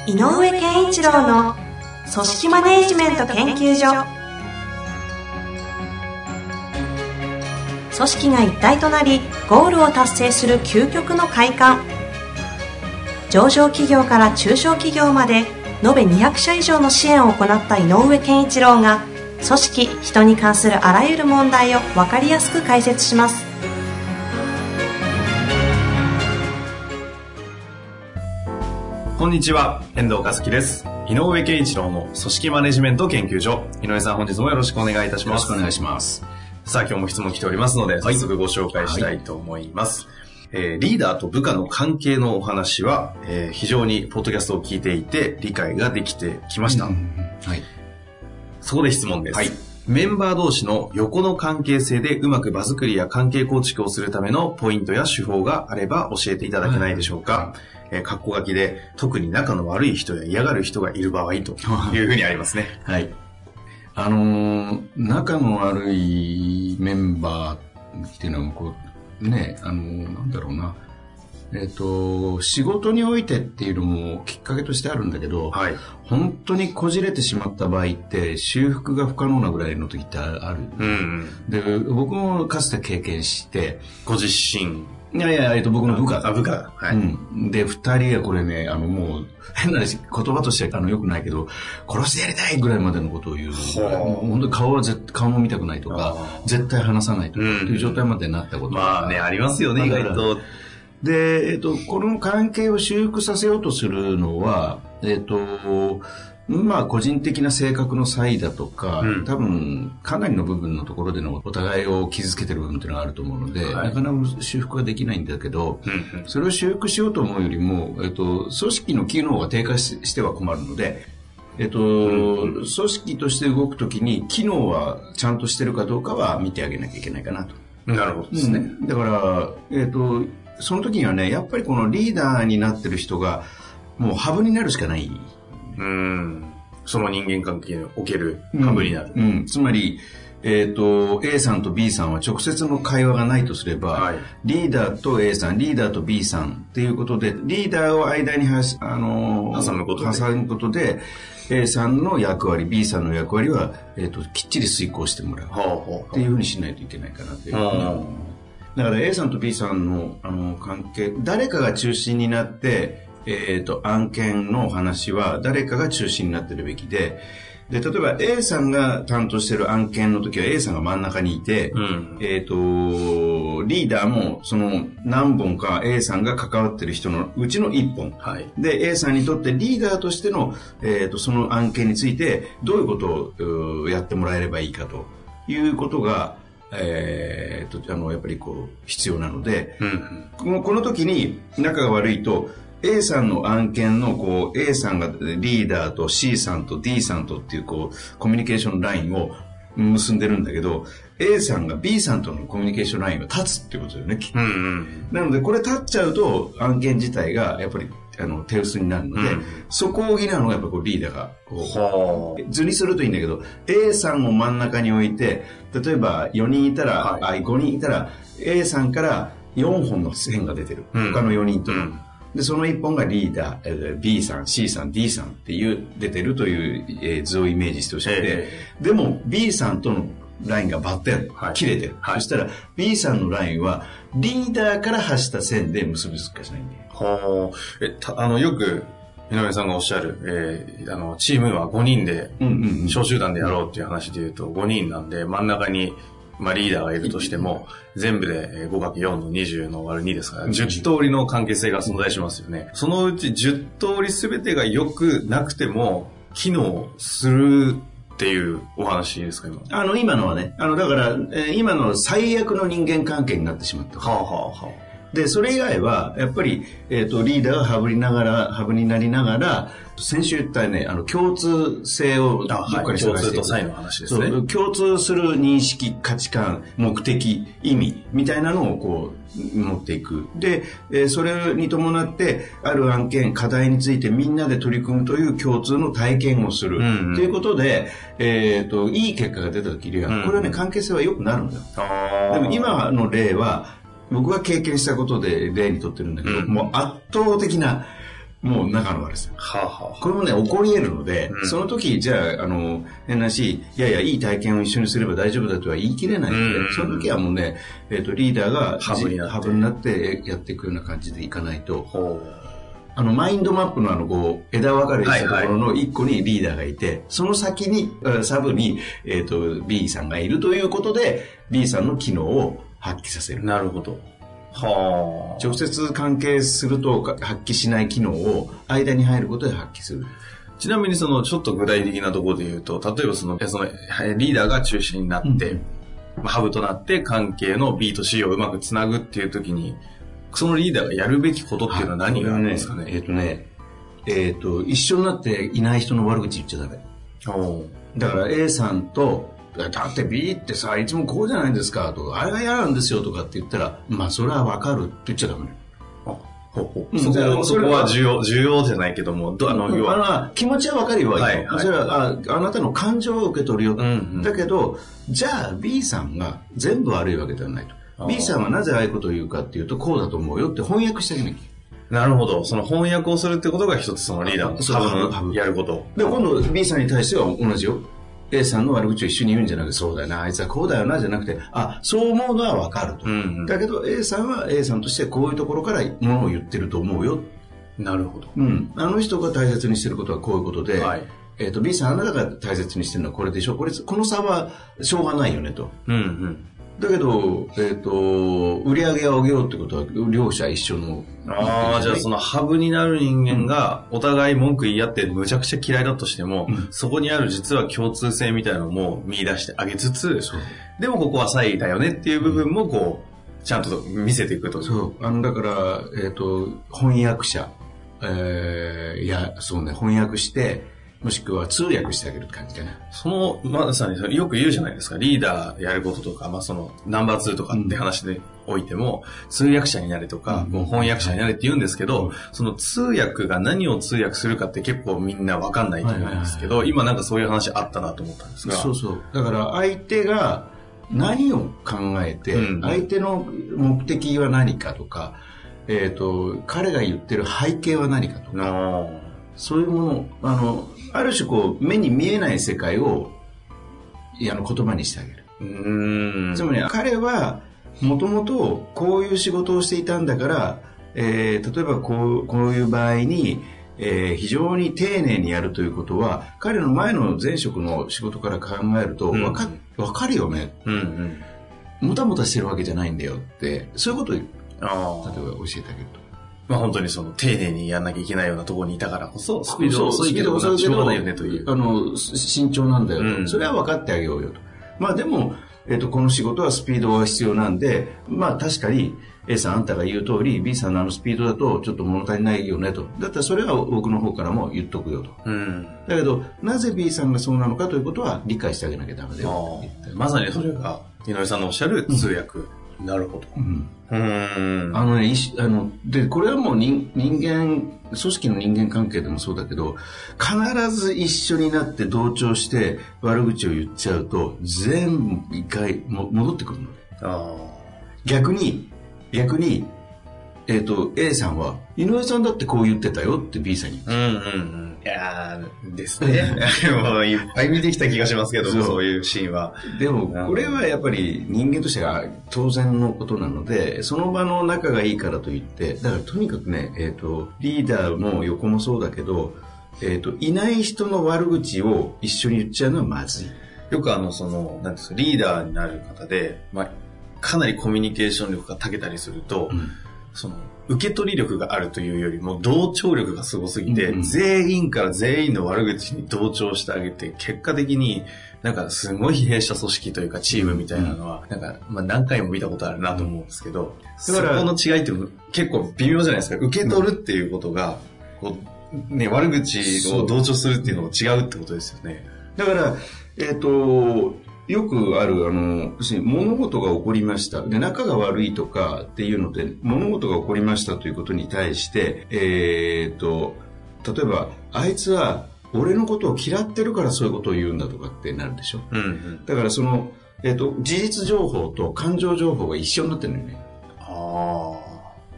井上健一郎の組織マネジメント研究所。組織が一体となりゴールを達成する究極の快感。上場企業から中小企業まで延べ200社以上の支援を行った井上健一郎が、組織・人に関するあらゆる問題を分かりやすく解説します。 こんにちは、遠藤和樹です。井上健一郎の組織マネジメント研究所。井上さん、本日もよろしくお願いいたします。 よろしくお願いします。 さあ、今日も質問来ておりますので、早速ご紹介したいと思います。リーダーと部下の関係のお話は、非常にポッドキャストを聞いていて理解ができてきました。はい。そこで質問です。はい。メンバー同士の横の関係性でうまく場作りや関係構築をするためのポイントや手法があれば教えていただけないでしょうか。括弧書きで特に仲の悪い人や嫌がる人がいる場合というふうにありますね。はい。 仲の悪いメンバーっていうのはこうね、なんだろうな。仕事においてっていうのもきっかけとしてあるんだけど、はい、本当にこじれてしまった場合って修復が不可能なぐらいの時ってある。で、僕もかつて経験して、 ご自身。 いや、僕の部下。 部下。はい。 で、二人がこれね、もう、変な話、言葉としては良くないけど、殺してやりたいぐらいまでのことを言う。本当に顔も見たくないとか、絶対話さないとか、っていう状態までになったことが。 まあね、ありますよね、意外と。 で、この関係を修復させようとするのは、まあ、個人的な性格の差異だとか、多分、かなりの部分のところでのお互いを傷つけてる部分っていうのがあると思うので、はい、なかなか修復ができないんだけど、それを修復しようと思うよりも、組織の機能が低下しては困るので、組織として動くときに、機能はちゃんとしてるかどうかは見てあげなきゃいけないかなと。 なるほどですね。 だから、その時にはね、やっぱりこのリーダーになってる人が、もうハブになるしかない。 その人間関係におけるハブになる。 つまり、A さんと B さんは直接の会話がないとすれば、はい、リーダーと A さん、リーダーと B さんっていうことで、リーダーを間に挟むことで、A さんの役割、B さんの役割は、きっちり遂行してもらう。っていうふうにしないといけないかなという。だから A さんと B さんの、関係、誰かが中心になって、案件の話は誰かが中心になってるべきで、例えば A さんが担当してる案件の時は A さんが真ん中にいて、リーダーもその何本か A さんが関わってる人のうちの1本。はい、で、A さんにとってリーダーとしての、その案件についてどういうことをやってもらえればいいかということが、やっぱりこう必要なので、この時に仲が悪いとA さんの案件のこう A さんがリーダーと C さんと D さんとっていうこうコミュニケーションラインを結んでるんだけど A さんが B さんとのコミュニケーションラインを断つっていうことだよね。なのでこれ断っちゃうと案件自体がやっぱり手薄になるので、そこを補うのがやっぱこうリーダーがこう図にするといいんだけど A さんを真ん中に置いて例えば4人いたら、5人いたら A さんから4本の線が出てる、他の4人との。で、その1本がリーダー、B さん、C さん、D さんっていう出てるという、図をイメージしてほしくて、でも B さんとのラインがバッテン、切れてる。そしたら B さんのラインはリーダーから発した線で結びつくかしないんで。 よく井上さんがおっしゃる、チームは5人で、小集団でやろうっていう話で言うと5人なんで真ん中にリーダーがいるとしても、全部で 5×4 の20の割る2ですから、10通りの関係性が存在しますよね。そのうち10通り全てが良くなくても、機能するっていうお話ですか、今。 今のはね、だから、今の最悪の人間関係になってしまった。で、それ以外は、やっぱり、リーダーがハブになりながら、先週言ったね、共通性をどっかに共通と差異の話ですね。 共通する認識、価値観、目的、意味、みたいなのをこう、持っていく。で、それに伴って、ある案件、課題についてみんなで取り組むという共通の体験をする。ということで、いい結果が出た時には、これはね、関係性は良くなるんだよ。でも今の例は、僕が経験したことで例にとってるんだけど、もう圧倒的なもう仲の悪さ。 はあはあ、 これもね、起こり得るので、その時、じゃあ、変なし、いやいや、いい体験を一緒にすれば大丈夫だとは言い切れないので、その時はもうね、リーダーがハブになってやっていくような感じでいかないと、マインドマップのこう、枝分かれしたところの一個にリーダーがいて、その先に、サブに、B さんがいるということで、B さんの機能を発揮させる。 なるほど。はあ。直接関係すると発揮しない機能を間に入ることで発揮する。 ちなみにちょっと具体的なところで言うと、例えばそのリーダーが中心になって、ハブとなって関係の B と C をうまくつなぐっていう時に、そのリーダーがやるべきことっていうのは何があるんですかね。 一緒になっていない人の悪口言っちゃダメ。だから A さんと、だって B ってさ、いつもこうじゃないですかとか、あれが嫌なんですよとかって言ったら、まあそれはわかるって言っちゃダメ。 そこは重要じゃないけども、要は気持ちはわかるよ。それはあなたの感情を受け取るよ。だけど、じゃあ B さんが全部悪いわけではないと。B さんはなぜああいうことを言うかっていうと、こうだと思うよって翻訳してあげなきゃ。 なるほど。その翻訳をするってことが一つそのリーダーのやること。 で、今度 B さんに対しては同じよ。A さんの悪口を一緒に言うんじゃなくて、そうだよな、あいつはこうだよな、じゃなくて、そう思うのはわかると。だけど A さんは A さんとしてこういうところからものを言ってると思うよ。 なるほど。 あの人が大切にしてることはこういうことで、B さんあなたが大切にしてるのはこれでしょ。この差はしょうがないよねと。だけど、売り上げを上げようってことは両者一緒の。 じゃあそのハブになる人間がお互い文句言い合ってむちゃくちゃ嫌いだとしても、そこにある実は共通性みたいなのも見出してあげつつ、でもここは差異だよねっていう部分もこう、ちゃんと見せていくと。 そう。だから、翻訳者、翻訳して、もしくは通訳してあげるって感じかな。 まさによく言うじゃないですか。リーダーやることとか、ナンバー2とかって話でおいても、通訳者になれとか、もう翻訳者になれって言うんですけど、その通訳が何を通訳するかって結構みんなわかんないと思うんですけど、今なんかそういう話あったなと思ったんですが。 そうそう。だから相手が何を考えて、相手の目的は何かとか、彼が言ってる背景は何かとか、そういうもの、ある種こう目に見えない世界を言葉にしてあげる。つまり彼はもともとこういう仕事をしていたんだから、例えばこういう場合に、非常に丁寧にやるということは彼の前の前職の仕事から考えると分かるよね。もたもたしてるわけじゃないんだよって、そういうことを例えば教えてあげると。 本当に丁寧にやんなきゃいけないようなところにいたからこそ、スピード遅いけど、しょうがないよねという。 慎重なんだよと。それは分かってあげようよと。でも、この仕事はスピードが必要なんで、確かに A さんあんたが言う通り B さんのスピードだとちょっと物足りないよねと。だったらそれは僕の方からも言っとくよと。だけど、なぜ B さんがそうなのかということは理解してあげなきゃダメだよ。 まさにそれが、井上さんのおっしゃる通訳。なるほど。 で、これはもう組織の人間関係でもそうだけど、必ず一緒になって同調して悪口を言っちゃうと、全部一回戻ってくるの。逆に、A さんは、井上さんだってこう言ってたよって B さんに言う。 いやーですね。もういっぱい見てきた気がしますけど、そういうシーンは。 でも、これはやっぱり人間としては当然のことなので、その場の仲がいいからといって、だからとにかくね、リーダーも横もそうだけど、いない人の悪口を一緒に言っちゃうのはまずい。 よくなんですか、リーダーになる方で、かなりコミュニケーション力が長けたりすると、受け取り力があるというよりも同調力がすごすぎて、全員から全員の悪口に同調してあげて、結果的になんかすごい疲弊した組織というかチームみたいなのは、なんか何回も見たことあるなと思うんですけど、そこの違いって結構微妙じゃないですか。受け取るっていうことが、悪口を同調するっていうのが違うってことですよね。 だから、よくある、物事が起こりました。で、仲が悪いとかっていうので、物事が起こりましたということに対して、例えば、あいつは俺のことを嫌ってるからそういうことを言うんだとかってなるでしょ。だから事実情報と感情情報が一緒になってるのよね。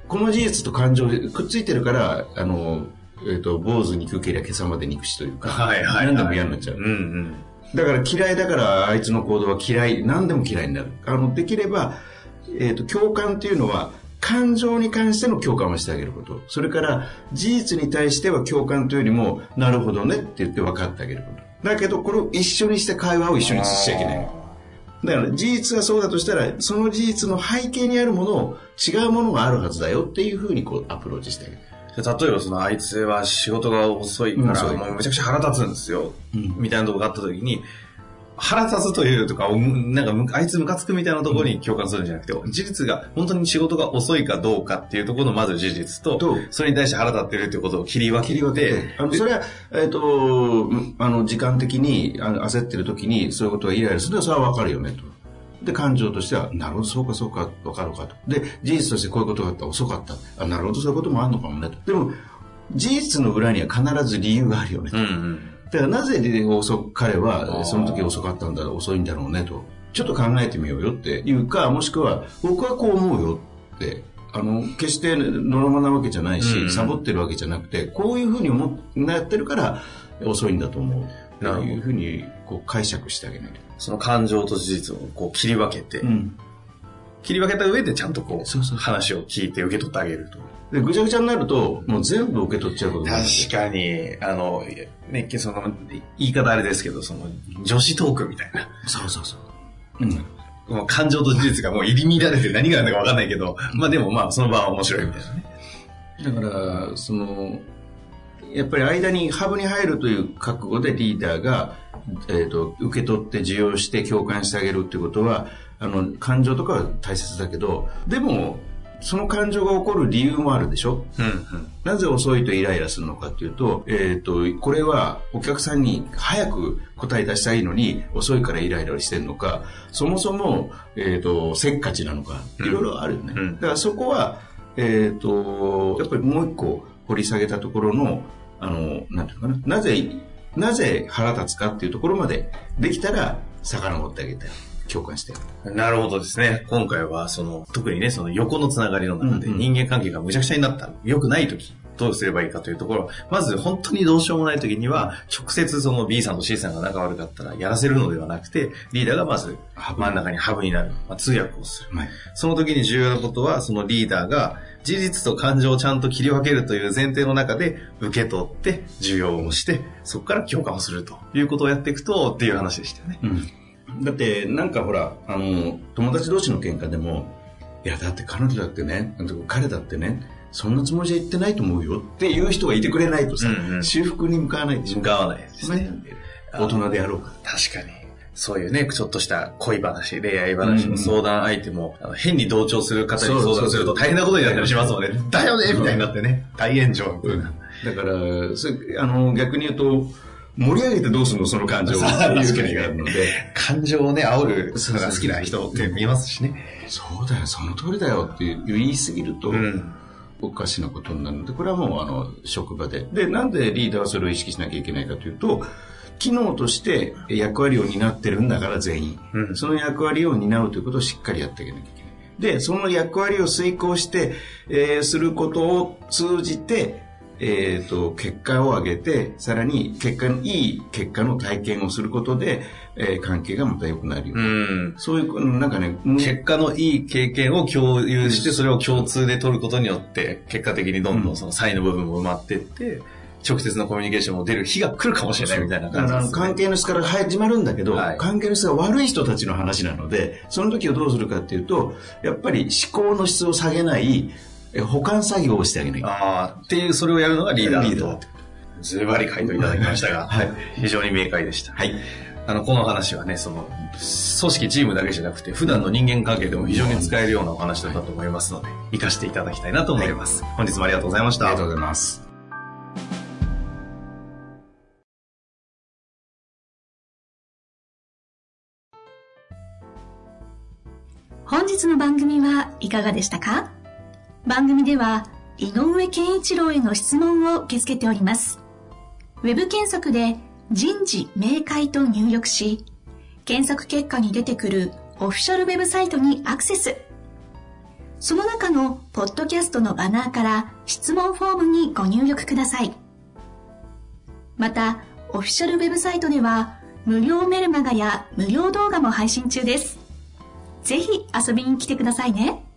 この事実と感情でくっついてるから、坊主憎けりゃ今朝まで憎しというか、何でも嫌になっちゃう。だから嫌いだからあいつの行動は嫌い、何でも嫌いになる。できれば、共感っていうのは、感情に関しての共感をしてあげること。それから事実に対しては共感というよりも、なるほどねって言って分かってあげること。だけどこれを一緒にして会話を一緒にしちゃいけない。だから事実がそうだとしたら、その事実の背景にあるものを、違うものがあるはずだよっていうふうにアプローチしてあげる。 例えばあいつは仕事が遅いから、もうめちゃくちゃ腹立つんですよ。みたいなとこがあった時に、腹立つというとか、なんかあいつムカつくみたいなところに共感するんじゃなくて、事実が本当に仕事が遅いかどうかっていうところのまず事実と、それに対して腹立ってるっていうことを切り分けて、 それは時間的に焦ってる時にそういうことがイライラするのはそれは分かるよねと。で感情としてはなるほどそうか分かるかと。で事実としてこういうことがあったら遅かった。なるほどそういうこともあるのかもねと。でも事実の裏には必ず理由があるよねと。だからなぜ彼はその時遅かったんだ、遅いんだろうねと。ちょっと考えてみようよっていうか、もしくは僕はこう思うよって。決してノルマなわけじゃないし、サボってるわけじゃなくて、こういうふうにやってるから遅いんだと思う。というふうに解釈してあげないと。 その感情と事実を切り分けて、切り分けた上でちゃんと話を聞いて受け取ってあげると。 でぐちゃぐちゃになるともう全部受け取っちゃうことになる。 確かに言い方あれですけど、女子トークみたいな。もう感情と事実がもう入り乱れて何があるのか分かんないけど、でもその場は面白いみたいなね。 だからやっぱり間にハブに入るという覚悟でリーダーが、受け取って受容して共感してあげるっていうことは、感情とかは大切だけど、でもその感情が起こる理由もあるでしょ。なぜ遅いとイライラするのかっていうと、これはお客さんに早く答え出したいのに遅いからイライラしてるのか、そもそも、せっかちなのか、いろいろあるよね。だからそこは、やっぱりもう一個掘り下げたところの、なんていうのかな、なぜ腹立つかっていうところまでできたら遡ってあげて共感してる。 なるほどですね。今回は特にね、横のつながりの中で人間関係がむちゃくちゃになった、良くない時どうすればいいかというところ、まず本当にどうしようもない時には直接B さんと C さんが仲悪かったらやらせるのではなくて、リーダーがまず真ん中にハブになる、通訳をする、その時に重要なことは、そのリーダーが事実と感情をちゃんと切り分けるという前提の中で受け取って受容をして、そこから共感をするということをやっていくとっていう話でしたよね。 だってなんかほら友達同士の喧嘩でも、いやだって彼女だってね、彼だってね、そんなつもりじゃ言ってないと思うよっていう人がいてくれないとさ、修復に向かわないでしょ。 向かわないですね。 大人であろうか。 確かに。そういうね、ちょっとした恋話、恋愛話の相談相手も、変に同調する方に相談すると大変なことになったりしますもんね。だよねみたいになってね、大炎上みたいな。 だから逆に言うと、盛り上げてどうするのその感情をっていう機会があるので、 感情をね煽るのが好きな人って見えますしね。 そうだよ、その通りだよって言い過ぎると、おかしなことになるので、これはもう職場でなんでリーダーはそれを意識しなきゃいけないかというと、機能として役割を担ってるんだから全員、その役割を担うということをしっかりやってあげなきゃいけない。でその役割を遂行して、することを通じて、結果を上げて、さらにいい結果の体験をすることで、関係がまた良くなるよ、そういうなんかね、 結果のいい経験を共有して、それを共通で取ることによって結果的にどんどんその差異の部分も埋まっていって、直接のコミュニケーションも出る日が来るかもしれないみたいな感じですね。 関係の質から始まるんだけど、関係の質が悪い人たちの話なので、その時をどうするかっていうと、やっぱり思考の質を下げない補完作業をしてあげないっていう、それをやるのがリーダーとズバリ回答いただきましたが、非常に明快でした。この話はね、組織チームだけじゃなくて普段の人間関係でも非常に使えるようなお話だったと思いますので、活かしていただきたいなと思います。本日もありがとうございました。 ありがとうございます。 本日の番組はいかがでしたか？番組では井上健一郎への質問を受け付けております。ウェブ検索で人事明快と入力し、検索結果に出てくるオフィシャルウェブサイトにアクセス。 その中のポッドキャストのバナーから質問フォームにご入力ください。また、オフィシャルウェブサイトでは無料メルマガや無料動画も配信中です。ぜひ遊びに来てくださいね。